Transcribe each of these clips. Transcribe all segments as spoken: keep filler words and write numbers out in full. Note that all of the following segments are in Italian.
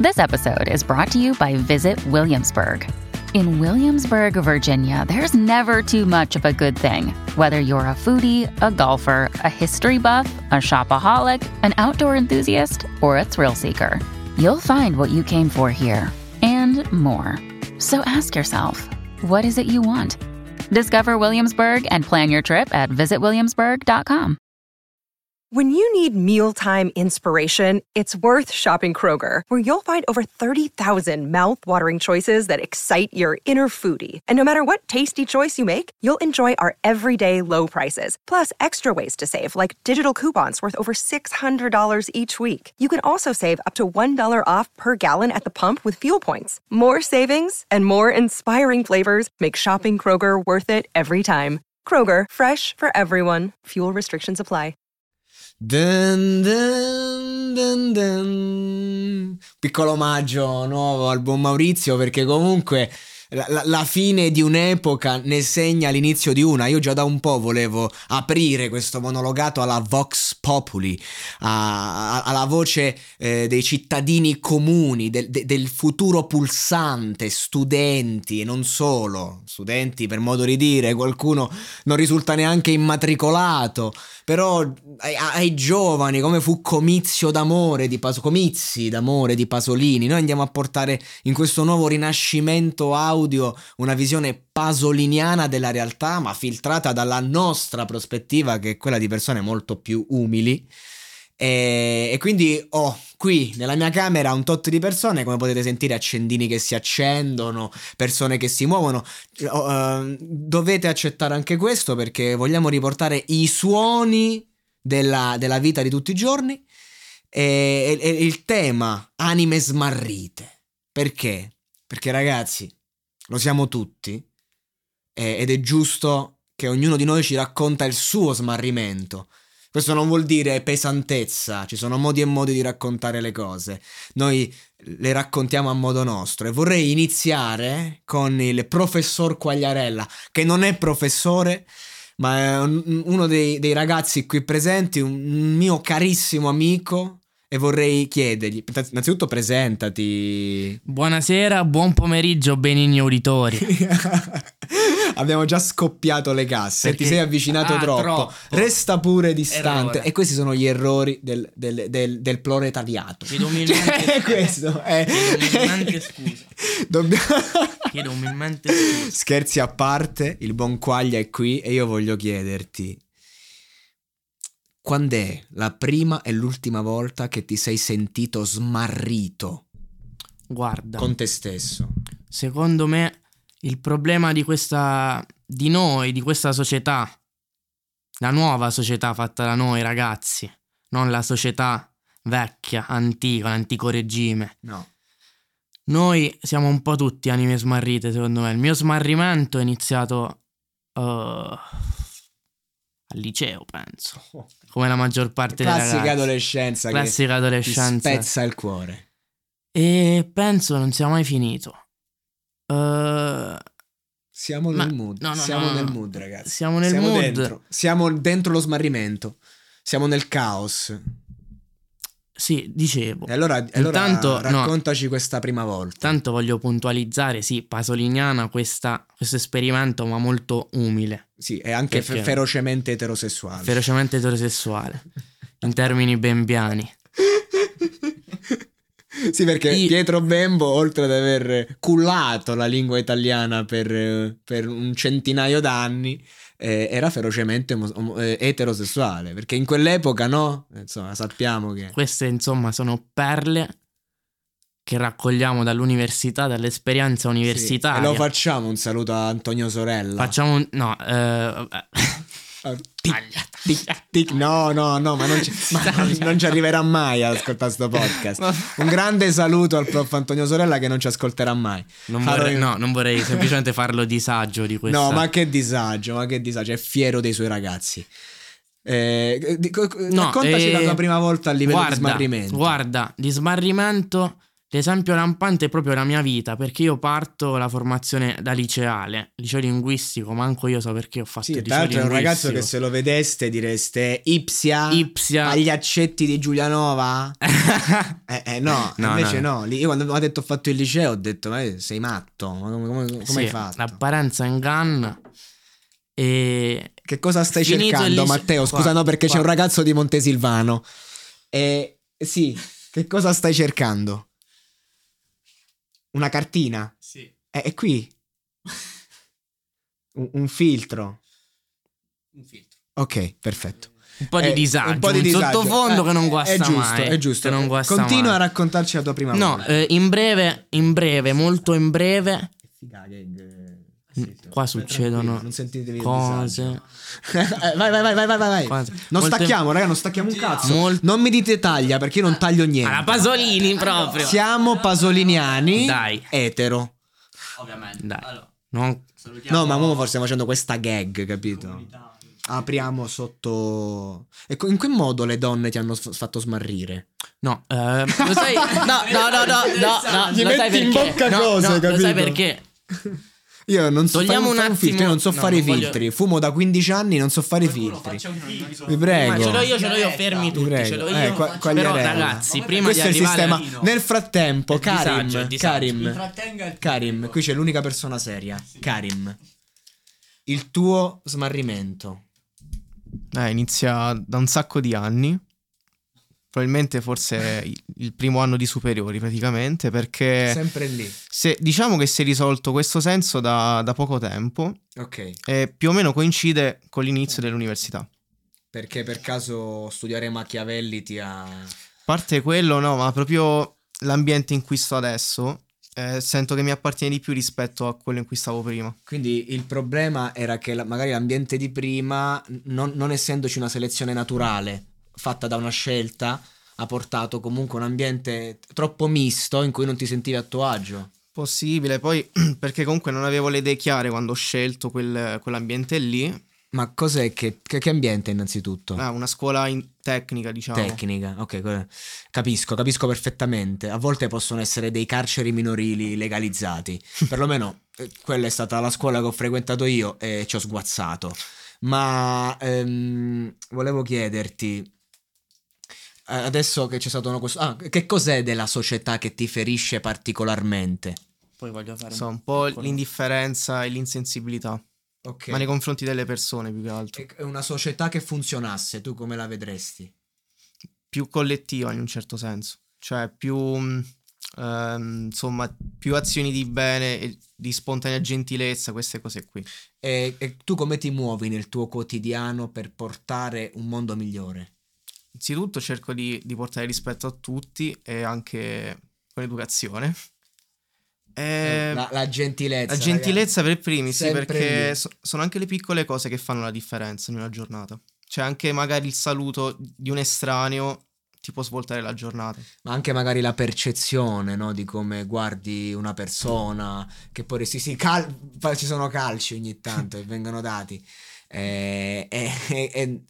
This episode is brought to you by Visit Williamsburg. In Williamsburg, Virginia, there's never too much of a good thing. Whether you're a foodie, a golfer, a history buff, a shopaholic, an outdoor enthusiast, or a thrill seeker, you'll find what you came for here and more. So ask yourself, what is it you want? Discover Williamsburg and plan your trip at visit williamsburg dot com. When you need mealtime inspiration, it's worth shopping Kroger, where you'll find over thirty thousand mouth-watering choices that excite your inner foodie. And no matter what tasty choice you make, you'll enjoy our everyday low prices, plus extra ways to save, like digital coupons worth over six hundred dollars each week. You can also save up to one dollar off per gallon at the pump with fuel points. More savings and more inspiring flavors make shopping Kroger worth it every time. Kroger, fresh for everyone. Fuel restrictions apply. Dun, dun, dun, dun. Piccolo omaggio nuovo al buon Maurizio, perché comunque la, la, la fine di un'epoca ne segna l'inizio di una. Io già da un po' volevo aprire questo monologato alla Vox Populi, a, a, alla voce eh, dei cittadini comuni, del, de, del futuro pulsante, studenti e non solo, studenti per modo di dire, qualcuno non risulta neanche immatricolato, però ai, ai giovani, come fu Comizio d'amore di Paso, Comizi d'amore di Pasolini, noi andiamo a portare in questo nuovo rinascimento audio una visione pasoliniana della realtà, ma filtrata dalla nostra prospettiva, che è quella di persone molto più umili. E, e quindi ho oh, qui nella mia camera un tot di persone, come potete sentire, accendini che si accendono, persone che si muovono. Uh, dovete accettare anche questo, perché vogliamo riportare i suoni della, della vita di tutti i giorni. E, e, e il tema anime smarrite. Perché? Perché ragazzi, lo siamo tutti, e, ed è giusto che ognuno di noi ci racconta il suo smarrimento. Questo non vuol dire pesantezza, ci sono modi e modi di raccontare le cose. Noi le raccontiamo a modo nostro, e vorrei iniziare con il professor Quagliarella, che non è professore, ma è un, uno dei, dei ragazzi qui presenti, un mio carissimo amico, e vorrei chiedergli, innanzitutto presentati. Buonasera, buon pomeriggio, benigni uditori. Abbiamo già scoppiato le casse. Perché? Ti sei avvicinato ah, troppo. troppo Resta pure distante. Errore. E questi sono gli errori del, del, del, del proletariato. Chiedo umilmente, cioè, questo è... Chiedo umilmente scusa. Dobbiamo... Chiedo umilmente scusa. Scherzi a parte, il buon Quaglia è qui e io voglio chiederti: quando è la prima e l'ultima volta che ti sei sentito smarrito? Guarda, con te stesso. Secondo me il problema di questa, di noi, di questa società, la nuova società fatta da noi ragazzi, non la società vecchia, antica, l'antico regime. No. Noi siamo un po' tutti anime smarrite, secondo me. Il mio smarrimento è iniziato uh, al liceo, penso. Come la maggior parte dei ragazzi. Classica adolescenza. Classica che adolescenza. Ti spezza il cuore. E penso non sia mai finito. Uh, siamo ma, nel mood. no, no, siamo no, nel no. mood, ragazzi. Siamo nel siamo mood. Dentro. Siamo dentro lo smarrimento. Siamo nel caos. Sì, dicevo. E allora, allora Intanto, raccontaci no, questa prima volta. Tanto voglio puntualizzare, sì, pasoliniana questa, questo esperimento, ma molto umile. Sì, è anche fe- ferocemente eterosessuale. Ferocemente eterosessuale. In termini bembiani. Sì, perché Io... Pietro Bembo, oltre ad aver cullato la lingua italiana per, per un centinaio d'anni, eh, era ferocemente om- eh, eterosessuale, perché in quell'epoca, no? Insomma, sappiamo che... Queste, insomma, sono perle che raccogliamo dall'università, dall'esperienza universitaria. Sì, e lo facciamo un saluto a Antonio Sorella. Facciamo un... no, eh... Tic, tic, tic. No, no, no, ma, non ci, ma non, non ci arriverà mai ad ascoltare sto podcast. Un grande saluto al prof Antonio Sorella, che non ci ascolterà mai. Non vorrei, no, non vorrei semplicemente farlo disagio di questa. No, ma che disagio, ma che disagio. È fiero dei suoi ragazzi. Eh, dico, no, raccontaci eh, la tua prima volta a livello guarda, di smarrimento. Guarda, di smarrimento l'esempio lampante è proprio la mia vita, perché io parto la formazione da liceale, liceo linguistico, manco io so perché ho fatto Sì, il tra liceo l'altro è un ragazzo linguistico. che se lo vedeste direste Ipsia, Ipsia. agli accetti di Giulianova. eh, eh, no, No, invece no. no. Lì- Io quando mi ha detto ho fatto il liceo ho detto ma sei matto, ma come, come- come Sì, hai fatto? l'apparenza inganna. E Che cosa stai finito il cercando, liceo- Matteo? Scusa, Qua, no, perché c'è qua. un ragazzo di Montesilvano. E sì, che cosa stai cercando? Una cartina? Sì. È, è qui. un, un filtro. Un filtro. Ok, perfetto. Un po' di Eh, disagio, un, po' di disagio. sottofondo Eh, che non è guasta giusto, mai. È giusto, Che non guasta Continua mai. a raccontarci la tua prima No, volta. eh, in breve, in breve, molto in breve, Figa, che- qua succedono non sentitevi il cose. disagio. Eh, vai, vai, vai, vai, vai, vai. Quasi. Non Molte- stacchiamo, raga, non stacchiamo un cazzo. Mol- Non mi dite taglia perché io non taglio niente. Alla Pasolini proprio. Siamo pasoliniani. Dai. Etero. Ovviamente. Dai. Allora, Non- salutiamo No, ma mo stiamo facendo questa gag, capito? Apriamo sotto. E co- in che modo le donne ti hanno s- fatto smarrire? No, eh, lo sai? No, no, no, no, no, no, Gli lo sai metti in perché? bocca No, cose, no, lo capito? sai perché? Io non so Togliamo fare un fare attimo- filtro, io non so no, fare i non voglio- filtri. Fumo da quindici anni, non so fare i filtri. Vi prego. Ma ce l'ho io, ce l'ho io, fermi Vi tutti, prego. ce l'ho Eh, io. qua- Però Quagliarella. ragazzi, prima Questo di è il arrivare sistema. a- Nel frattempo, Il disagio, Karim, il disagio. Karim, Intrattenga il Karim, qui c'è l'unica persona seria. Karim, il tuo smarrimento. Eh, inizia da un sacco di anni. Probabilmente forse il- il primo anno di superiori praticamente, perché Sempre lì. se, diciamo che si è risolto questo senso da, da poco tempo Ok. e più o meno coincide con l'inizio dell'università. Perché per caso studiare Machiavelli ti ha... A parte quello, no, ma proprio l'ambiente in cui sto adesso, eh, sento che mi appartiene di più rispetto a quello in cui stavo prima. Quindi il problema era che la- magari l'ambiente di prima, non, non essendoci una selezione naturale fatta da una scelta, ha portato comunque un ambiente troppo misto in cui non ti sentivi a tuo agio. Possibile, poi perché comunque non avevo le idee chiare quando ho scelto quel- quell'ambiente lì. Ma cos'è che, che, che ambiente innanzitutto? Ah, una scuola in tecnica, diciamo. Tecnica, ok, que- capisco, capisco perfettamente. A volte possono essere dei carceri minorili legalizzati. Perlomeno eh, quella è stata la scuola che ho frequentato io e ci ho sguazzato. Ma ehm, volevo chiederti, eh, adesso che c'è stato una questo, ah, che cos'è della società che ti ferisce particolarmente? Poi voglio fare So, un po' l'indifferenza e l'insensibilità, Ok. ma nei confronti delle persone più che altro. È una società che funzionasse, tu come la vedresti? Più collettiva in un certo senso, cioè più mh, ehm, insomma più azioni di bene e di spontanea gentilezza, queste cose qui. E, e tu come ti muovi nel tuo quotidiano per portare un mondo migliore? Innanzitutto cerco di, di portare rispetto a tutti e anche con educazione. E la, la gentilezza. la gentilezza per primi, sì, Sempre perché lì. so- sono anche le piccole cose che fanno la differenza in una giornata. Cioè anche magari il saluto di un estraneo ti può svoltare la giornata. Ma anche magari la percezione, no? Di come guardi una persona, che poi sì, sì, cal- poi ci sono calci ogni tanto e vengono dati. E, e, e, e-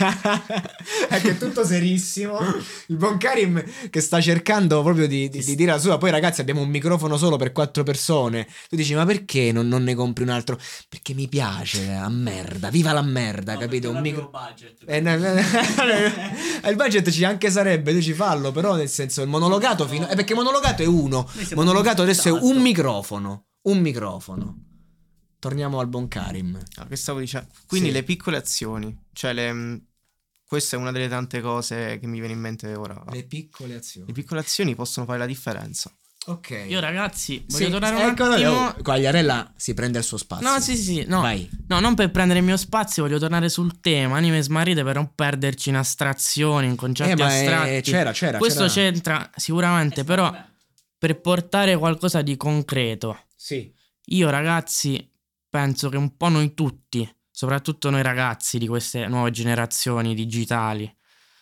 è che è tutto serissimo. Il buon Karim che sta cercando proprio di, di- di dire la sua. Poi ragazzi abbiamo un microfono solo per quattro persone. Tu dici ma perché non, non ne compri un altro? Perché mi piace, a merda, viva la merda, No, capito? perché Un non micro... avevo budget. Eh, no, no, no. Il budget ci anche sarebbe, tu ci fallo, però nel senso il monologato fino... eh, perché monologato è uno, Noi siamo monologato adesso è un esatto. microfono, un microfono. Torniamo al buon Karim. Ah, che stavo dicendo? Quindi Sì. le piccole azioni, cioè le, mh, questa è una delle tante cose che mi viene in mente ora. Le piccole azioni. Le piccole azioni possono fare la differenza. Ok. Io ragazzi, voglio Sì, tornare un eccolo lì. attimo. Oh, Quagliarella si prende il suo spazio. No, sì, sì, sì, no. Vai. No, non per prendere il mio spazio, voglio tornare sul tema anime smarrite per non perderci in astrazioni, in concetti Eh, ma è- astratti. c'era, c'era, Questo c'era. c'entra sicuramente, però per portare qualcosa di concreto. Sì. Io ragazzi penso che un po' noi tutti, soprattutto noi ragazzi di queste nuove generazioni digitali,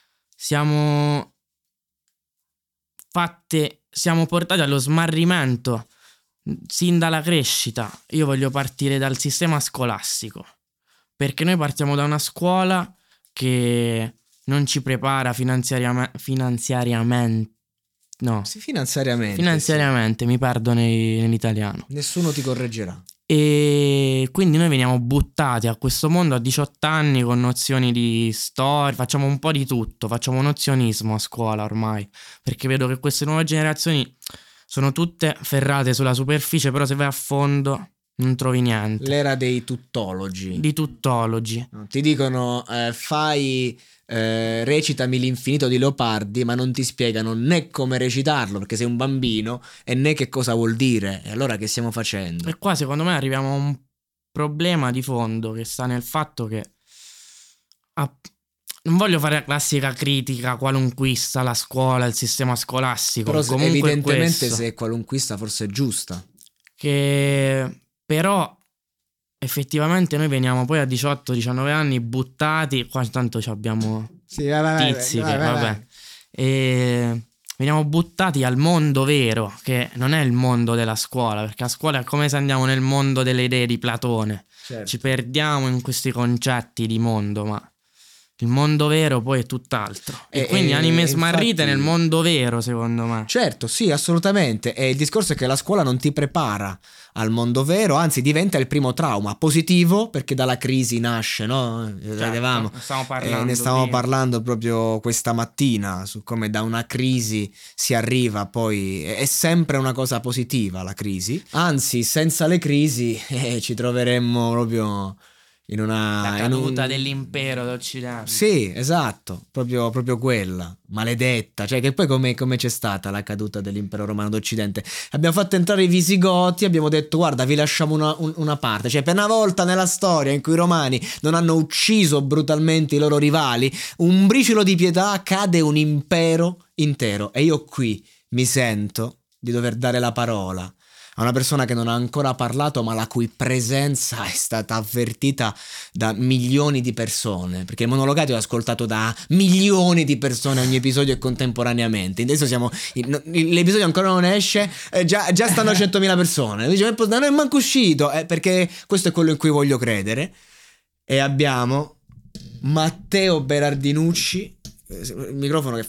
siamo fatte, siamo portati allo smarrimento sin dalla crescita. Io voglio partire dal sistema scolastico, perché noi partiamo da una scuola che non ci prepara finanziariame- finanziariamente No, Sì, finanziariamente. finanziariamente, mi perdo nei- nell'italiano. sì. Nessuno ti correggerà. E quindi noi veniamo buttati a questo mondo a diciotto anni con nozioni di storia, facciamo un po' di tutto, facciamo nozionismo a scuola ormai, perché vedo che queste nuove generazioni sono tutte ferrate sulla superficie, però se vai a fondo non trovi niente. L'era dei tuttologi. Di tuttologi. No, ti dicono eh, fai eh, recitami l'infinito di Leopardi, ma non ti spiegano né come recitarlo perché sei un bambino e né che cosa vuol dire. E allora che stiamo facendo? E qua secondo me arriviamo a un problema di fondo che sta nel fatto che ah, non voglio fare la classica critica qualunquista alla scuola, al sistema scolastico. Però se- comunque evidentemente questo, se è qualunquista forse è giusta. che però effettivamente noi veniamo poi a diciotto diciannove anni buttati, qua tanto ci abbiamo Sì, vai, vai, tizi vai, che vai, vai. vabbè, e veniamo buttati al mondo vero, che non è il mondo della scuola, perché a scuola è come se andiamo nel mondo delle idee di Platone, Certo. ci perdiamo in questi concetti di mondo, ma il mondo vero poi è tutt'altro. E, E- quindi e- anime e smarrite infatti- nel mondo vero, secondo me. Certo, sì, assolutamente. E il discorso è che la scuola non ti prepara al mondo vero, anzi diventa il primo trauma positivo perché dalla crisi nasce, no? Eh, Certo, vedevamo. ne stavamo Eh, parlando ne stavamo prima. parlando proprio questa mattina su come da una crisi si arriva poi è è sempre una cosa positiva la crisi, anzi senza le crisi eh, ci troveremmo proprio in una La in caduta un- dell'impero d'Occidente. Sì, esatto, proprio, proprio quella, maledetta, cioè che poi come, come c'è stata la caduta dell'impero romano d'Occidente? Abbiamo fatto entrare i Visigoti, abbiamo detto guarda vi lasciamo una, un- una parte, cioè per una volta nella storia in cui i romani non hanno ucciso brutalmente i loro rivali, un briciolo di pietà cade un impero intero e io qui mi sento di dover dare la parola a una persona che non ha ancora parlato ma la cui presenza è stata avvertita da milioni di persone, perché il monologato è ascoltato da milioni di persone ogni episodio e contemporaneamente. Adesso siamo in- l'episodio ancora non esce, eh, già, già stanno centomila persone. Dice, "Ma non è manco uscito", eh, perché questo è quello in cui voglio credere. E abbiamo Matteo Berardinucci, eh, il microfono che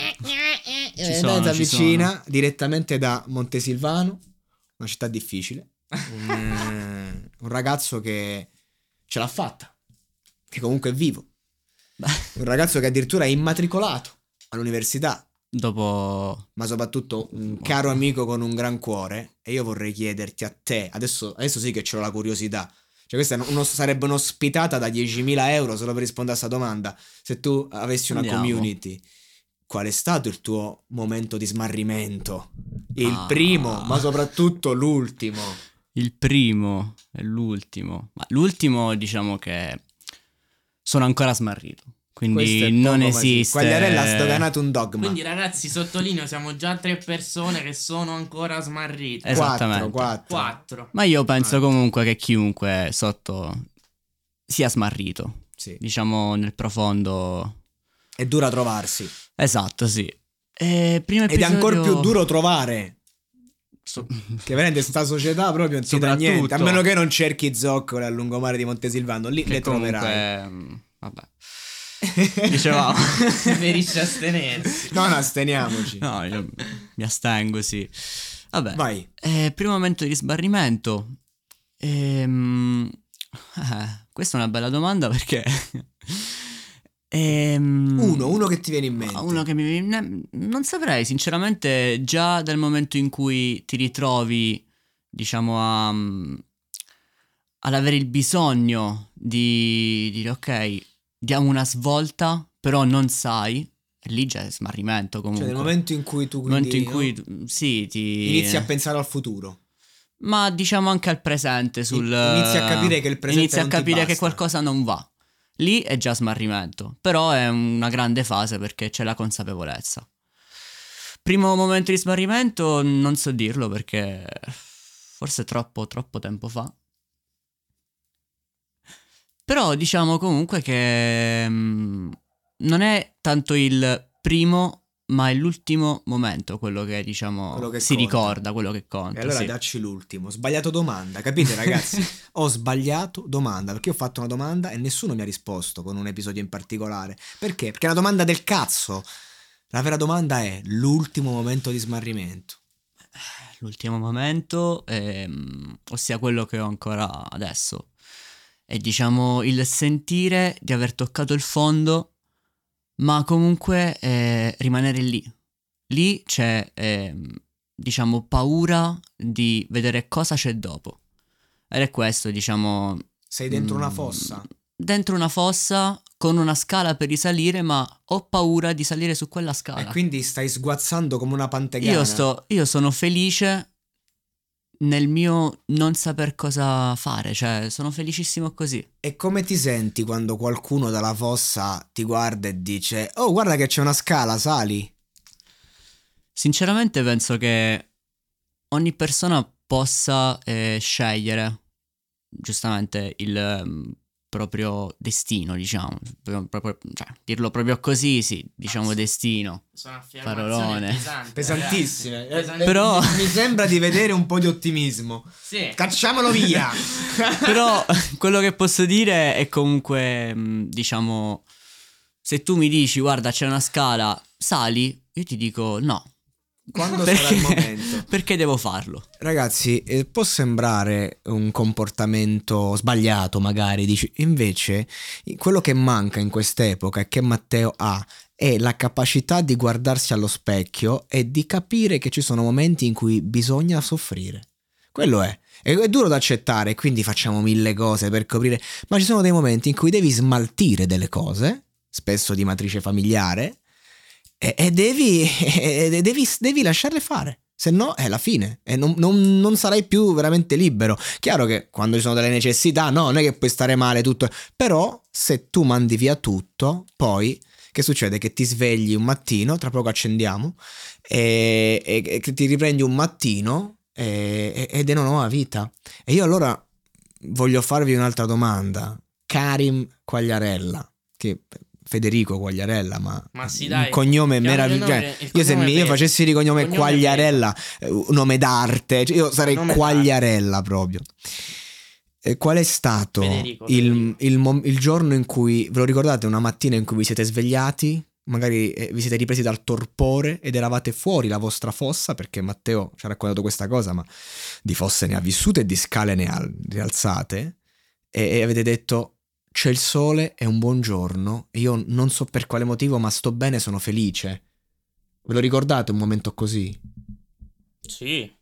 Ci sono, si ci avvicina direttamente da Montesilvano, una città difficile, un, eh, un ragazzo che ce l'ha fatta, che comunque è vivo, un ragazzo che addirittura è immatricolato all'università, Dopo ma soprattutto un caro amico con un gran cuore. E io vorrei chiederti a te, adesso, adesso sì che c'ho la curiosità, cioè questa è uno- sarebbe un'ospitata da diecimila euro solo per rispondere a questa domanda, se tu avessi una Andiamo. community. Qual è stato il tuo momento di smarrimento? Il Ah. primo, ma soprattutto l'ultimo. il primo e l'ultimo, ma l'ultimo diciamo che sono ancora smarrito, Questo quindi è non poco, ma sì. esiste. Quagliarella ha sdoganato un dogma. Quindi ragazzi, sottolineo, siamo già tre persone che sono ancora smarrite. Esattamente. Quattro, quattro. Quattro. Ma io penso Ah. comunque che chiunque sotto sia smarrito, Sì. diciamo nel profondo. È dura trovarsi. Esatto, sì. E primo Ed è episodio... ancora più duro trovare. So- Che veramente sta società proprio non si dà niente. A Soprattutto- meno che non cerchi zoccole al lungomare di Montesilvano, lì che le comunque, troverai. mm, vabbè. Dicevamo. Preferisce astenersi. Non asteniamoci. No, io mi astengo, sì. Vabbè. Vai. Eh, primo momento di sbarrimento. Ehm, eh, questa è una bella domanda perché... ehm, Uno, uno che ti viene in mente. Uno che mi... ne- non saprei, sinceramente, già dal momento in cui ti ritrovi, diciamo, a... ad avere il bisogno di dire, ok, diamo una svolta, però non sai, e lì c'è smarrimento comunque. Cioè nel momento in cui tu Nel momento in quindi, cui, no, sì, ti... inizi a pensare al futuro. Ma diciamo anche al presente sul... Inizi a capire che il presente Inizi a non ti capire che basta. qualcosa non va. Lì è già smarrimento, però è una grande fase perché c'è la consapevolezza. Primo momento di smarrimento non so dirlo perché forse troppo troppo tempo fa. Però diciamo comunque che mm, non è tanto il primo ma è l'ultimo momento quello che diciamo Quello che si conta. ricorda, quello che conta. E allora sì. dacci l'ultimo. Sbagliato domanda, capite ragazzi? Ho sbagliato domanda perché ho fatto una domanda e nessuno mi ha risposto con un episodio in particolare. Perché? Perché è una domanda del cazzo. La vera domanda è l'ultimo momento di smarrimento. L'ultimo momento, ehm, ossia quello che ho ancora adesso, è diciamo il sentire di aver toccato il fondo, ma comunque eh, rimanere lì. Lì c'è, ehm, diciamo, paura di vedere cosa c'è dopo. Ed è questo, diciamo... Sei dentro mm, una fossa? Dentro una fossa con una scala per risalire, ma ho paura di salire su quella scala. E quindi stai sguazzando come una pantegana. Io, sto, io sono felice nel mio non saper cosa fare, cioè sono felicissimo così. E come ti senti quando qualcuno dalla fossa ti guarda e dice oh guarda che c'è una scala, sali? Sinceramente penso che ogni persona possa eh, scegliere giustamente il um, proprio destino, diciamo, proprio, cioè, dirlo proprio così, sì, diciamo ah, sì. Destino. Sono parolone pesanti, pesantissime. Pesanti. Però mi sembra di vedere un po' di ottimismo. Sì. Cacciamolo via. Però quello che posso dire è comunque, diciamo, se tu mi dici guarda c'è una scala, sali, io ti dico no. Quando perché, sarà il momento? Perché devo farlo? Ragazzi, eh, può sembrare un comportamento sbagliato magari, dici, invece quello che manca in quest'epoca e che Matteo ha è la capacità di guardarsi allo specchio e di capire che ci sono momenti in cui bisogna soffrire. Quello è. È, è duro da accettare, quindi facciamo mille cose per coprire, ma ci sono dei momenti in cui devi smaltire delle cose, spesso di matrice familiare, E, e, devi, e devi, devi lasciarle fare, se no è la fine e non, non, non sarai più veramente libero. Chiaro che quando ci sono delle necessità, no, non è che puoi stare male tutto, però se tu mandi via tutto, poi che succede? Che ti svegli un mattino, tra poco accendiamo, e, e, e che ti riprendi un mattino e, ed è una nuova vita. E io allora voglio farvi un'altra domanda. Karim Quagliarella, che... Federico Quagliarella, ma, ma sì, dai, un cognome meraviglioso. Io se mi, io facessi di cognome, cognome Quagliarella, un nome d'arte, cioè io sarei nome Quagliarella d'arte. Proprio. E qual è stato Federico, il, Federico. Il, il, il giorno in cui, ve lo ricordate, una mattina in cui vi siete svegliati, magari eh, vi siete ripresi dal torpore ed eravate fuori la vostra fossa, perché Matteo ci ha raccontato questa cosa, ma di fosse ne ha vissute e di scale ne ha rialzate, e, e avete detto c'è il sole, è un buon giorno, e io non so per quale motivo, ma sto bene, sono felice. Ve lo ricordate un momento così? Sì.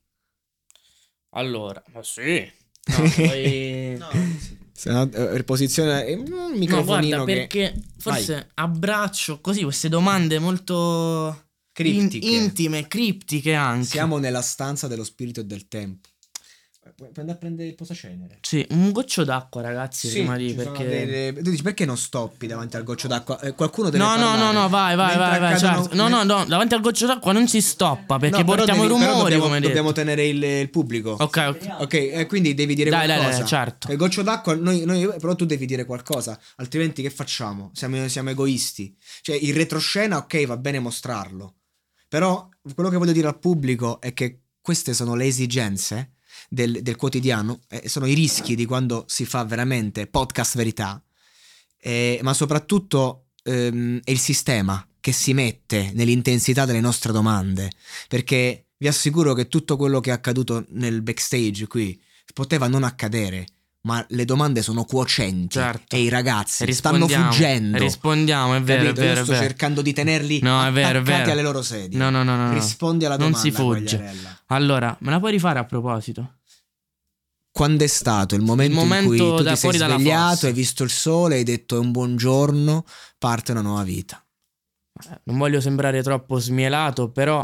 Allora, ma sì. No, poi... no. Se no, eh, posizione un microfonino. No, guarda, perché che... forse Vai. abbraccio così queste domande molto criptiche, in- intime, criptiche anche. Siamo nella stanza dello spirito e del tempo. Prende a prendere il posacenere. Sì, un goccio d'acqua, ragazzi, sì, prima di perché delle... Tu dici perché non stoppi davanti al goccio d'acqua? Eh, qualcuno deve No, parlare. no, no, no, vai, vai, vai, vai certo. No, no, no, davanti al goccio d'acqua non si stoppa perché no, portiamo devi, rumori, dobbiamo, come dobbiamo tenere il, il pubblico. Ok, ok. Ok, eh, quindi devi dire dai, qualcosa. Dai, dai, certo. Il goccio d'acqua, noi, noi, però tu devi dire qualcosa, altrimenti che facciamo? Siamo, siamo egoisti. Cioè, il retroscena, ok, va bene mostrarlo. Però quello che voglio dire al pubblico è che queste sono le esigenze Del, del quotidiano, eh, sono i rischi di quando si fa veramente podcast verità, eh, ma soprattutto ehm, è il sistema che si mette nell'intensità delle nostre domande, perché vi assicuro che tutto quello che è accaduto nel backstage qui poteva non accadere, ma le domande sono quocenti, certo. E i ragazzi stanno fuggendo. Rispondiamo, è vero, capito? è vero. Io sto è vero. cercando di tenerli no, è vero, attaccati è vero. alle loro sedie. No, no, no, no. Rispondi alla domanda. Non si fugge. Quagliarella. Allora, me la puoi rifare a proposito? Quando è stato il momento, il momento in cui tu da ti sei svegliato, hai visto il sole, hai detto è un buongiorno, parte una nuova vita? Non voglio sembrare troppo smielato, però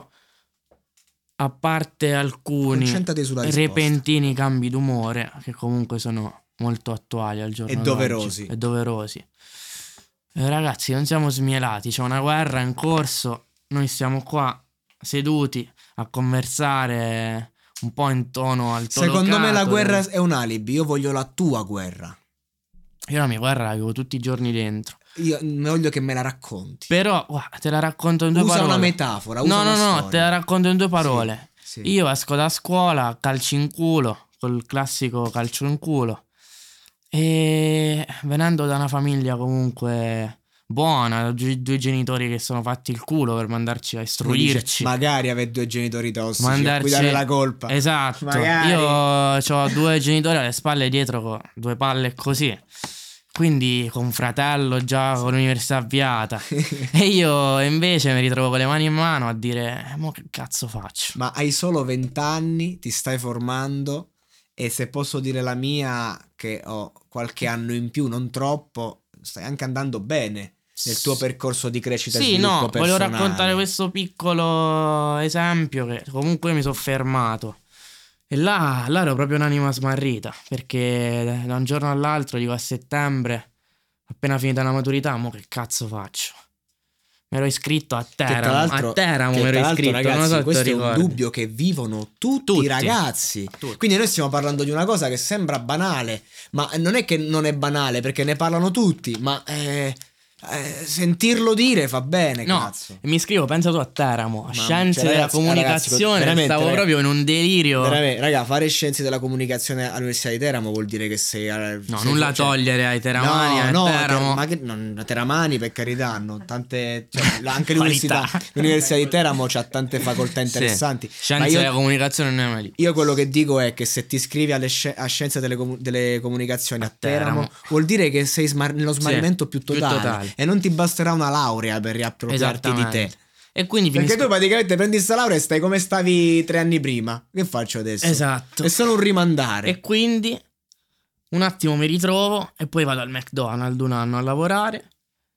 a parte alcuni repentini cambi d'umore che comunque sono molto attuali al giorno e doverosi. E doverosi. Eh, ragazzi, non siamo smielati, c'è una guerra in corso, noi siamo qua seduti a conversare un po' in tono altolocato. Secondo me la guerra è un alibi, io voglio la tua guerra. Io la mia guerra la vivo tutti i giorni dentro. Io voglio che me la racconti. Però, guarda, te la racconto in due usa parole. Usa una metafora, usa No, una no, storia. no, te la racconto in due parole. Sì, sì. Io esco da scuola, calci in culo, col classico calcio in culo. E venendo da una famiglia comunque buona, gi- due genitori che sono fatti il culo per mandarci a Uno istruirci. dice, magari avere due genitori tossici a Mandarci- cui dare la colpa. Esatto. Magari. Io ho due genitori alle spalle dietro con due palle così. Quindi con un fratello già con l'università avviata. E io invece mi ritrovo con le mani in mano a dire: mo che cazzo faccio? Ma hai solo vent'anni, ti stai formando, e se posso dire la mia, che ho qualche anno in più, non troppo, stai anche andando bene nel tuo percorso di crescita e Sì, sviluppo no, personale. volevo raccontare questo piccolo esempio che comunque mi sono fermato. E là, là ero proprio un'anima smarrita, perché da un giorno all'altro, dico a settembre, appena finita la maturità, mo che cazzo faccio? Mi ero iscritto a Che tra Teramo, l'altro, a Teramo che mi ero tra l'altro, iscritto, ragazzi, non so se questo te è lo un ricordi. dubbio che vivono tutti, Tutti. i ragazzi. Tutti. Quindi noi stiamo parlando di una cosa che sembra banale, ma non è che non è banale, perché ne parlano tutti, ma eh, eh, sentirlo dire fa bene, No, cazzo. mi iscrivo, pensa tu, a Teramo, a Mamma, scienze cioè, della ragazzi, comunicazione, ragazzi, veramente, stavo raga, proprio in un delirio. Veramente, raga, fare scienze della comunicazione all'Università di Teramo vuol dire che sei... No, sei- nulla cioè- togliere ai teramani, no, a no, Teramo. Ter- ma che, non, Teramani, per carità, hanno tante... Cioè, la- anche l'università, Qualità. l'Università di Teramo c'ha tante facoltà Sì. interessanti. Scienze Ma io- della comunicazione non è mai lì. Io quello che dico è che se ti iscrivi alle sci- a scienze delle, comu- delle comunicazioni a Teramo, Teramo. vuol dire che sei smar- nello Sì, smarrimento più più totale, totale. e non ti basterà una laurea per riappropriarti di te. Esattamente. E quindi Perché finisco... tu praticamente prendi sta laurea e stai come stavi tre anni prima. Che faccio adesso? Esatto. È solo un rimandare. E quindi un attimo mi ritrovo e poi vado al McDonald's un anno a lavorare,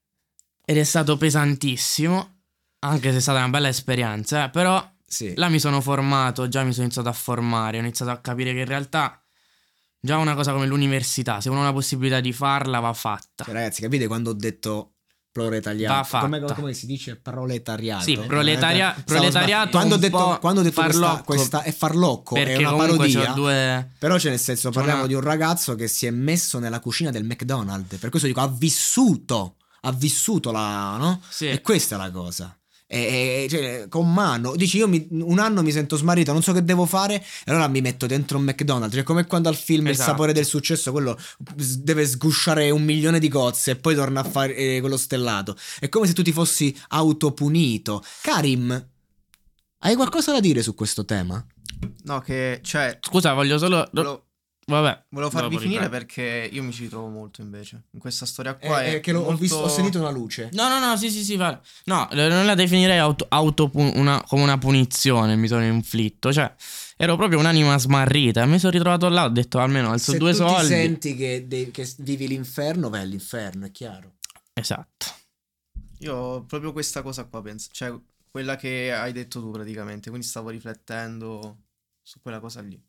ed è stato pesantissimo, anche se è stata una bella esperienza, eh, però Sì. là mi sono formato, già mi sono iniziato a formare, ho iniziato a capire che in realtà già una cosa come l'università, se uno ha la possibilità di farla, va fatta. Cioè, ragazzi, capite quando ho detto proletariato? Va fatta. Come, come si dice proletariato? Sì, proletaria- Stavo proletariato sbag- quando ho un detto, po' quando ho detto questa, farlocco, questa è farlocco, è perché una comunque parodia. c'ho due... Però c'è, nel senso, c'ho parliamo una- di un ragazzo che si è messo nella cucina del McDonald's. Per questo dico, ha vissuto, ha vissuto la, no? Sì. E questa è la cosa. E, e- cioè, con mano, dici, io mi- un anno mi sento smarrito, non so che devo fare, e allora mi metto dentro un McDonald's. Cioè, come quando al film Il Esatto. sapore del successo, quello s- deve sgusciare un milione di cozze e poi torna a fare eh, quello stellato. È come se tu ti fossi autopunito. Karim, hai qualcosa da dire su questo tema? No, che cioè Scusa, voglio solo... volevo, Vabbè. volevo farvi dopo finire riprendo. perché io mi ci ritrovo molto invece in questa storia qua. Eh, è eh, che l'ho- ho, molto- visto, ho sentito una luce. No, no, no, sì, sì, sì, va. No, non la definirei auto, auto- una, come una punizione, mi sono inflitto. Cioè, ero proprio un'anima smarrita. Mi sono ritrovato là, ho detto almeno alzo Se due tu soldi. ti senti che, de- che vivi l'inferno, vai all'inferno, è chiaro. Esatto. Io ho proprio questa cosa qua, penso, cioè quella che hai detto tu praticamente, quindi stavo riflettendo su quella cosa lì.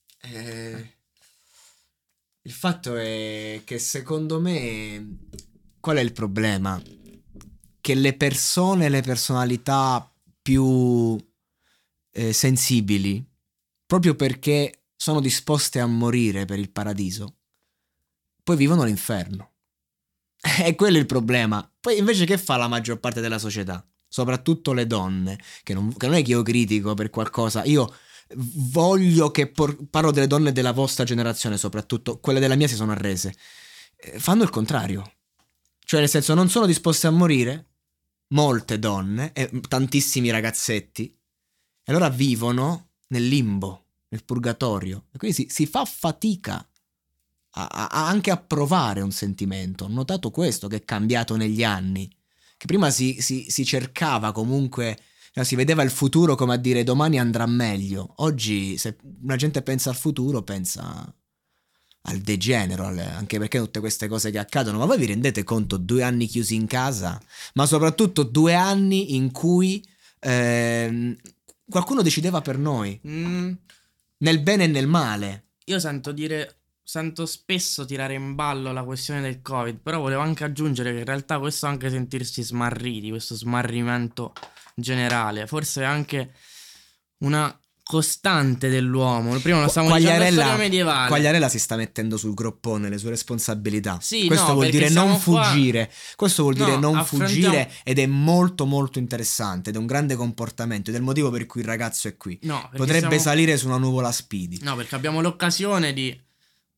Eh, il fatto è che secondo me qual è il problema? Che le persone, le personalità più eh, sensibili, proprio perché sono disposte a morire per il paradiso, poi vivono l'inferno. E quello è il problema. Poi invece che fa la maggior parte della società? Soprattutto le donne, che non, che non è che io critico per qualcosa, io voglio che por- parlo delle donne della vostra generazione, soprattutto quelle della mia si sono arrese. Eh, fanno il contrario, cioè nel senso non sono disposte a morire, molte donne e tantissimi ragazzetti, e allora vivono nel limbo, nel purgatorio, e quindi si, si fa fatica a, a- anche a provare un sentimento. Ho notato questo che è cambiato negli anni, che prima si, si, si cercava comunque, no, si vedeva il futuro come a dire domani andrà meglio. Oggi se una gente pensa al futuro pensa al degenero, al- anche perché tutte queste cose che accadono. Ma voi vi rendete conto, due anni chiusi in casa, ma soprattutto due anni in cui ehm, qualcuno decideva per noi, Mm, nel bene e nel male. io sento dire... Sento spesso tirare in ballo la questione del Covid, però volevo anche aggiungere che in realtà questo anche sentirsi smarriti, questo smarrimento generale, forse è anche una costante dell'uomo. Prima lo stavamo dicendo la storia medievale. Quagliarella si sta mettendo sul groppone le sue responsabilità. Sì, questo no, vuol perché dire non siamo qua- fuggire. Questo vuol dire No, non affrontiamo- fuggire, ed è molto molto interessante ed è un grande comportamento ed è il motivo per cui il ragazzo è qui. No, perché Potrebbe siamo- salire su una nuvola Speedy. No, perché abbiamo l'occasione di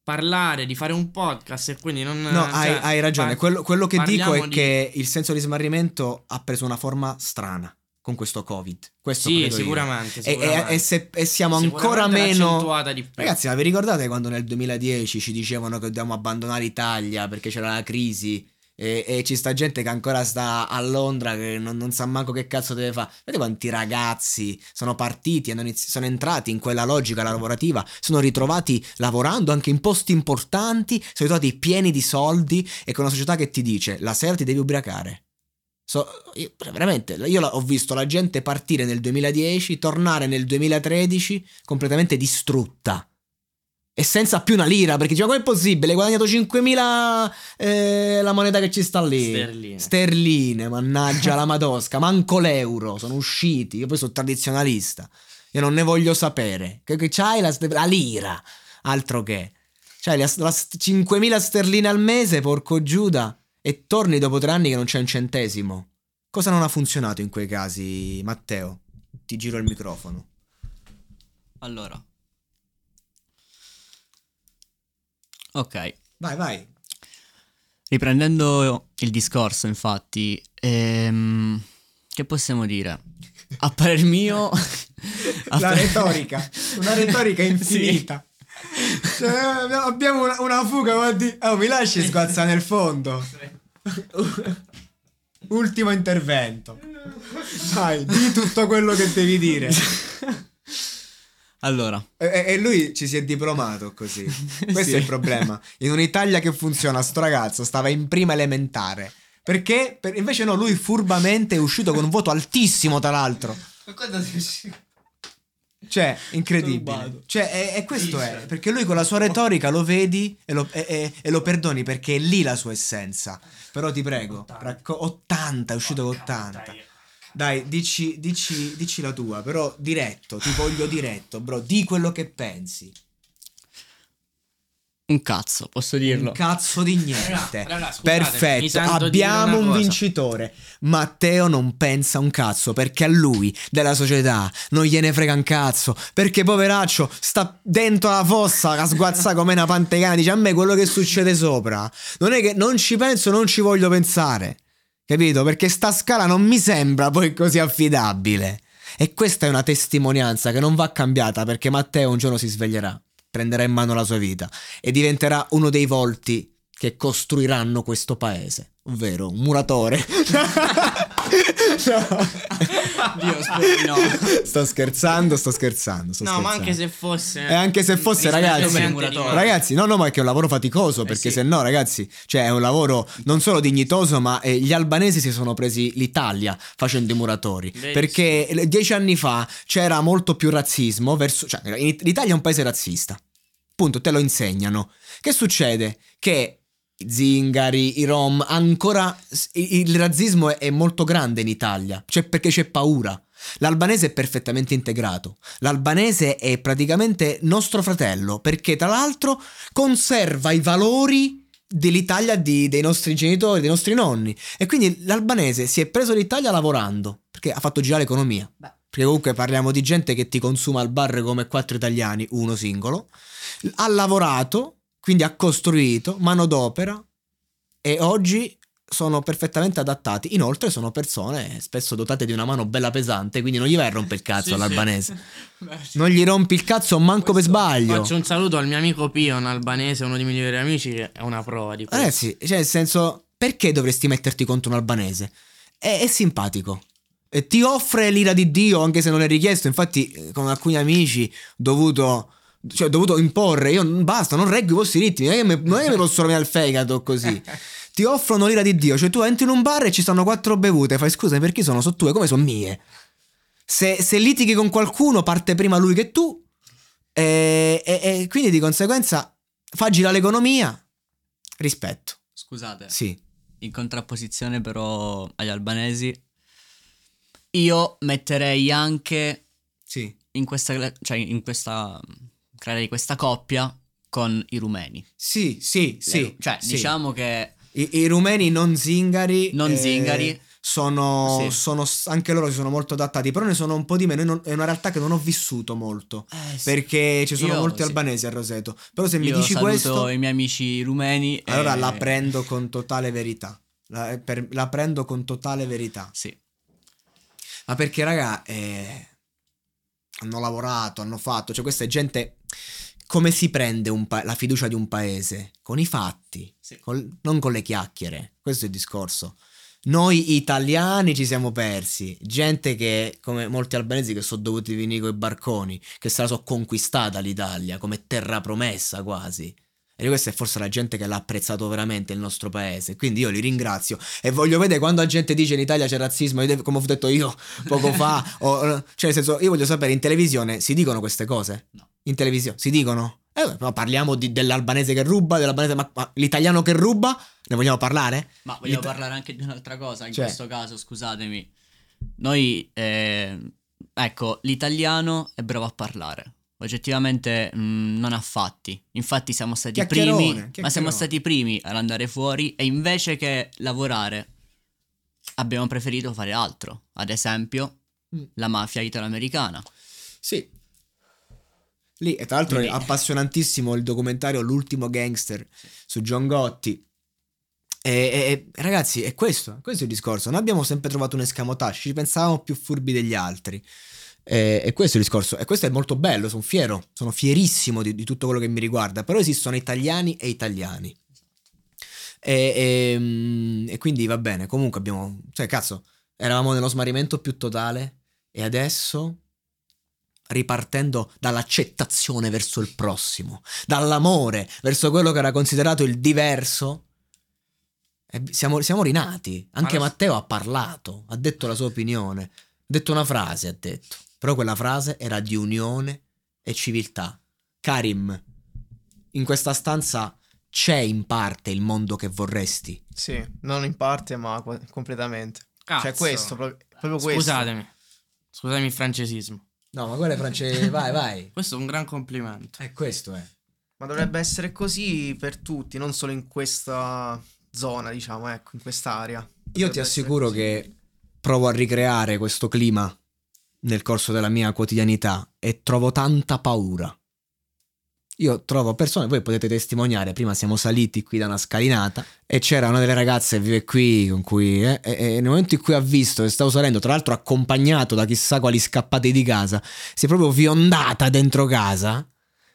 parlare, di fare un podcast e quindi non... No, cioè, hai, hai ragione. par- Quello, quello che dico è parliamo di- che il senso di smarrimento ha preso una forma strana con questo Covid. Questo Sì, credo io. sicuramente, E, sicuramente. e- e se, e siamo ancora Sicuramente meno... accentuata di più. Ragazzi, ma vi ricordate quando nel duemiladieci ci dicevano che dobbiamo abbandonare l'Italia perché c'era la crisi? E, e ci sta gente che ancora sta a Londra che non, non sa manco che cazzo deve fare. Vedete quanti ragazzi sono partiti, hanno inizi- sono entrati in quella logica lavorativa, sono ritrovati lavorando anche in posti importanti, sono ritrovati pieni di soldi e con una società che ti dice la sera ti devi ubriacare. So, io, veramente, io la- ho visto la gente partire nel duemiladieci, tornare nel duemilatredici completamente distrutta. E senza più una lira, perché diceva, come è possibile? Hai guadagnato cinquemila eh, la moneta che ci sta lì. Sterline. Sterline, mannaggia la madosca, manco l'euro, sono usciti. Io poi sono tradizionalista. Io non ne voglio sapere. Che, che c'hai la, la lira, altro che. C'hai la, la cinquemila sterline al mese, porco Giuda, e torni dopo tre anni che non c'è un centesimo. Cosa non ha funzionato in quei casi, Matteo? Ti giro il microfono. Allora. Ok. Vai, vai. Riprendendo il discorso, infatti, ehm, che possiamo dire? A parer mio... a La parer- retorica, una retorica infinita. Cioè, abbiamo una, una fuga, ma di... Oh, mi lasci sguazzare nel fondo. Ultimo intervento. Vai, di tutto quello che devi dire. Allora, E, e lui ci si è diplomato così. Questo Sì. è il problema. In un'Italia che funziona, sto ragazzo stava in prima elementare. Perché? Per- invece no, lui furbamente è uscito con un voto altissimo, tra l'altro. Cioè, incredibile. Turbato. Cioè, e, e questo è. Perché lui con la sua retorica lo vedi e lo, e- e- e lo perdoni perché è lì la sua essenza. Però ti prego, racco- ottanta, è uscito con ottanta. Dai, dici, dici, dici la tua, però diretto, ti voglio diretto, bro. Di quello che pensi. un cazzo, posso dirlo. Un cazzo di niente. Raga, raga, scusate, mi Perfetto, sento dire abbiamo una un cosa. vincitore. Matteo non pensa un cazzo perché a lui della società non gliene frega un cazzo. Perché poveraccio sta dentro la fossa a sguazza come una pantegana. Dice a me quello che succede sopra non è che non ci penso, non ci voglio pensare. Capito? Perché sta scala non mi sembra poi così affidabile. E questa è una testimonianza che non va cambiata perché Matteo un giorno si sveglierà, prenderà in mano la sua vita e diventerà uno dei volti che costruiranno questo paese, ovvero un muratore. No. Dio, spero no. Sto scherzando, sto scherzando. Sto No, ma scherzando. anche se fosse... E anche se fosse, rispetto ragazzi, per il muratore. muratore. ragazzi, no, no, ma è che è un lavoro faticoso, perché sì. se no, ragazzi, cioè è un lavoro non solo dignitoso, ma eh, gli albanesi si sono presi l'Italia facendo i muratori, Verissimo. perché eh, dieci anni fa c'era molto più razzismo verso, cioè in- l'Italia è un paese razzista, punto, te lo insegnano. Che succede? Che i zingari, i rom, ancora il razzismo è, è molto grande in Italia, cioè perché c'è paura. L'albanese è perfettamente integrato. L'albanese è praticamente nostro fratello, perché tra l'altro conserva i valori dell'Italia di- dei nostri genitori, dei nostri nonni. E quindi l'albanese si è preso l'Italia lavorando, perché ha fatto girare l'economia. Perché comunque parliamo di gente che ti consuma al bar come quattro italiani, uno singolo. Ha lavorato, quindi ha costruito manodopera e oggi sono perfettamente adattati. Inoltre sono persone spesso dotate di una mano bella pesante, quindi non gli vai a rompere il cazzo Sì, all'albanese. sì. Beh, sì. Non gli rompi il cazzo manco per sbaglio. Faccio un saluto al mio amico Pio, un albanese, uno dei miei migliori amici, che è una prova di questo. Ragazzi, cioè nel senso, perché dovresti metterti contro un albanese? È, è simpatico. E ti offre l'ira di Dio anche se non è richiesto. Infatti eh, con alcuni amici ho dovuto... Cioè ho dovuto imporre. Io basta, non reggo i vostri ritmi. Non è che mi, non è che mi posso rovinare il fegato così. Ti offrono l'ira di Dio. Cioè tu entri in un bar e ci stanno quattro bevute. Fai scusa, perché sono? Sono tue, come sono mie? Se, se litighi con qualcuno parte prima lui che tu. E, e, e quindi di conseguenza fa girare l'economia. Rispetto. Scusate, Sì. in contrapposizione però agli albanesi, io metterei anche Sì. in questa, cioè in questa, creare questa coppia con i rumeni. Sì, sì, sì. Cioè, sì. diciamo che I, i rumeni non zingari Non eh, zingari. sono, Sì. sono anche loro si sono molto adattati, però ne sono un po' di meno. Non- è una realtà che non ho vissuto molto, Eh, sì. perché ci sono Io, molti sì. albanesi a Roseto. Però se mi Io dici saluto questo, i miei amici rumeni. allora e- la prendo con totale verità. La, per- la prendo con totale verità. Sì. Ma perché, raga, eh, hanno lavorato, hanno fatto. Cioè, questa è gente. Come si prende un pa- la fiducia di un paese? Con i fatti, Sì. col- non con le chiacchiere. Questo è il discorso. Noi italiani ci siamo persi. Gente che, come molti albanesi che sono dovuti venire con i barconi, che se la so conquistata l'Italia come terra promessa quasi. E questa è forse la gente che l'ha apprezzato veramente il nostro paese. Quindi io li ringrazio. E voglio vedere quando la gente dice in Italia c'è razzismo, io- come ho detto io poco fa. o, cioè, nel senso, io voglio sapere, in televisione si dicono queste cose? No. In televisione si dicono? Eh, beh, ma parliamo di- dell'albanese che ruba, dell'albanese, ma, ma l'italiano che ruba? Ne vogliamo parlare? Ma vogliamo L'ita- parlare anche di un'altra cosa in Cioè? questo caso, scusatemi. Noi, eh, ecco, l'italiano è bravo a parlare. Oggettivamente mh, non ha fatti. Infatti siamo stati Chiacchierone, primi, ma chiacchierone. siamo stati i primi ad andare fuori e invece che lavorare abbiamo preferito fare altro. Ad esempio, Mm. la mafia italo-americana. Sì. Lì, e tra l'altro Quindi- è appassionantissimo il documentario L'ultimo gangster su John Gotti. E, e- e, ragazzi, è questo, questo è il discorso. Noi abbiamo sempre trovato un escamotage, ci pensavamo più furbi degli altri. E, e questo è il discorso. E questo è molto bello, sono fiero, sono fierissimo di, di tutto quello che mi riguarda. Però esistono italiani e italiani. E, e, mm, e quindi va bene. Comunque abbiamo, cioè, cazzo, eravamo nello smarrimento più totale. E adesso, ripartendo dall'accettazione verso il prossimo, dall'amore verso quello che era considerato il diverso, e siamo, siamo rinati. Anche Ma lo- Matteo ha parlato, ha detto la sua opinione, ha detto una frase, ha detto, però quella frase era di unione e civiltà. Karim, in questa stanza c'è in parte il mondo che vorresti? Sì, non in parte, ma qua- completamente. Cazzo. Cioè questo, pro- proprio questo. Scusatemi. Scusatemi il francesismo. No, ma quello è francese, vai, vai. Questo è un gran complimento. È questo, è. Ma dovrebbe essere così per tutti, non solo in questa zona, diciamo, ecco, in quest'area. Io Dovrebbe ti essere assicuro così. che provo a ricreare questo clima nel corso della mia quotidianità e trovo tanta paura. Io trovo persone, voi potete testimoniare, prima siamo saliti qui da una scalinata e c'era una delle ragazze che vive qui con cui, eh, e, e nel momento in cui ha visto che stavo salendo, tra l'altro accompagnato da chissà quali scappati di casa, si è proprio fiondata dentro casa,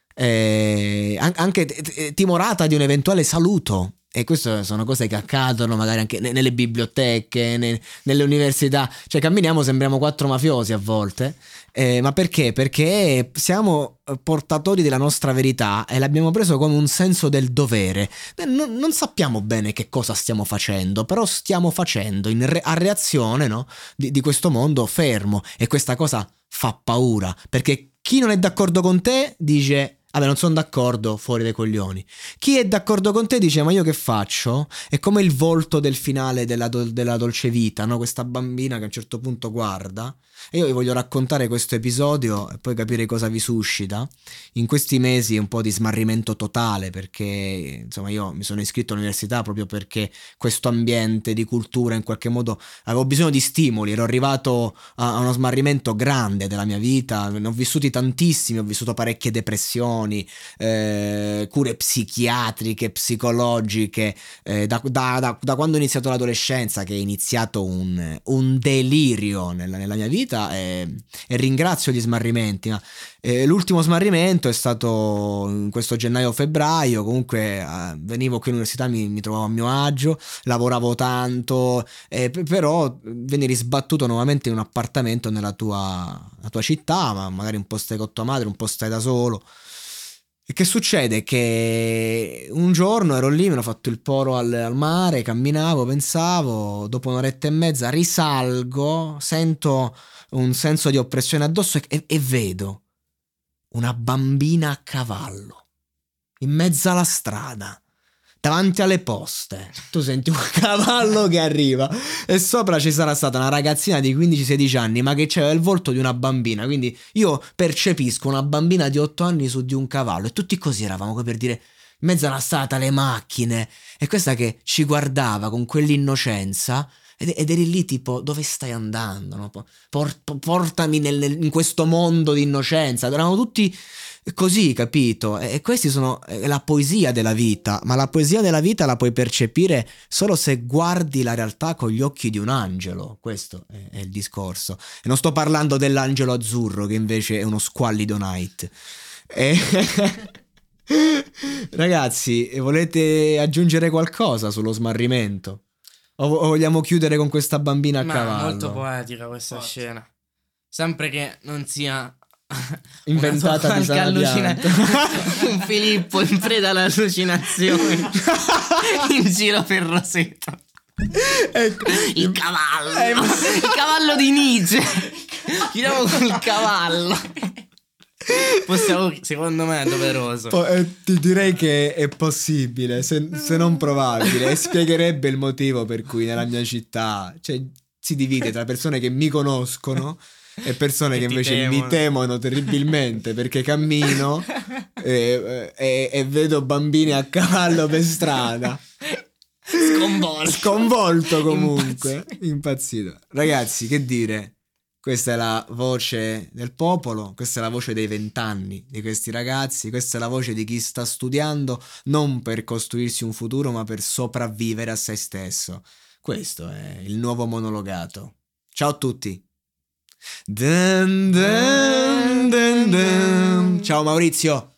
eh, an- anche t- t- timorata di un eventuale saluto. E queste sono cose che accadono magari anche ne- nelle biblioteche, ne- nelle università. Cioè camminiamo, sembriamo quattro mafiosi a volte. Eh, ma perché? Perché siamo portatori della nostra verità e l'abbiamo preso come un senso del dovere. Eh, Non, non sappiamo bene che cosa stiamo facendo, però stiamo facendo in re- a reazione, no, di, di questo mondo fermo. E questa cosa fa paura, perché chi non è d'accordo con te dice... Vabbè, non sono d'accordo, fuori dai coglioni. Chi è d'accordo con te dice, ma io che faccio? È come il volto del finale della, do- della Dolce Vita, no? Questa bambina che a un certo punto guarda. E io vi voglio raccontare questo episodio e poi capire cosa vi suscita. In questi mesi un po' di smarrimento totale, perché insomma io mi sono iscritto all'università proprio perché questo ambiente di cultura in qualche modo avevo bisogno di stimoli. Ero arrivato a a uno smarrimento grande della mia vita, ne ho vissuti tantissimi, ho vissuto parecchie depressioni, eh, cure psichiatriche, psicologiche, eh, da, da- da- da quando ho iniziato l'adolescenza, che è iniziato un, un delirio nella, nella mia vita, e, e ringrazio gli smarrimenti. Ma, eh, l'ultimo smarrimento è stato in questo gennaio-febbraio. Comunque eh, venivo qui all'università, mi, mi trovavo a mio agio, lavoravo tanto, eh, p- però veni risbattuto nuovamente in un appartamento nella tua, la tua città, ma magari un po' stai con tua madre, un po' stai da solo. E che succede? Che un giorno ero lì, mi ero fatto il poro al, al mare, camminavo, pensavo, dopo un'oretta e mezza risalgo, sento un senso di oppressione addosso e, e vedo una bambina a cavallo, in mezzo alla strada, davanti alle poste. Tu senti un cavallo che arriva e sopra ci sarà stata una ragazzina di quindici sedici anni, ma che c'aveva il volto di una bambina. Quindi io percepisco una bambina di otto anni su di un cavallo, e tutti così eravamo, come per dire, in mezzo alla strada, le macchine, e questa che ci guardava con quell'innocenza ed, ed eri lì tipo dove stai andando, no? Por- portami nel, nel, in questo mondo di innocenza. Eravamo tutti così, capito? E, e questi sono è la poesia della vita, ma la poesia della vita la puoi percepire solo se guardi la realtà con gli occhi di un angelo. Questo è, è il discorso. E non sto parlando dell'angelo azzurro che invece è uno squallido night. E... Ragazzi, volete aggiungere qualcosa sullo smarrimento? O, o vogliamo chiudere con questa bambina a Ma cavallo? è molto poetica questa Forza. scena. Sempre che non sia inventata di Sara Pianto. Un Filippo in preda all'allucinazione in giro per Roseto. Ecco. Il cavallo. Eh, ma... Il cavallo di Nietzsche. Chiudiamo col cavallo. Possiamo, secondo me è doveroso. Po- eh, ti direi che è possibile, se, se non probabile, e spiegherebbe il motivo per cui nella mia città, cioè, si divide tra persone che mi conoscono e persone che, che invece temono. mi temono terribilmente perché cammino e, e, e vedo bambini a cavallo per strada. Sconvolto. Sconvolto comunque. Impazzito. Impazzito. Ragazzi, che dire? Questa è la voce del popolo, questa è la voce dei vent'anni di questi ragazzi, questa è la voce di chi sta studiando non per costruirsi un futuro ma per sopravvivere a se stesso. Questo è il nuovo monologato. Ciao a tutti. Dun dun dun dun. Ciao Maurizio.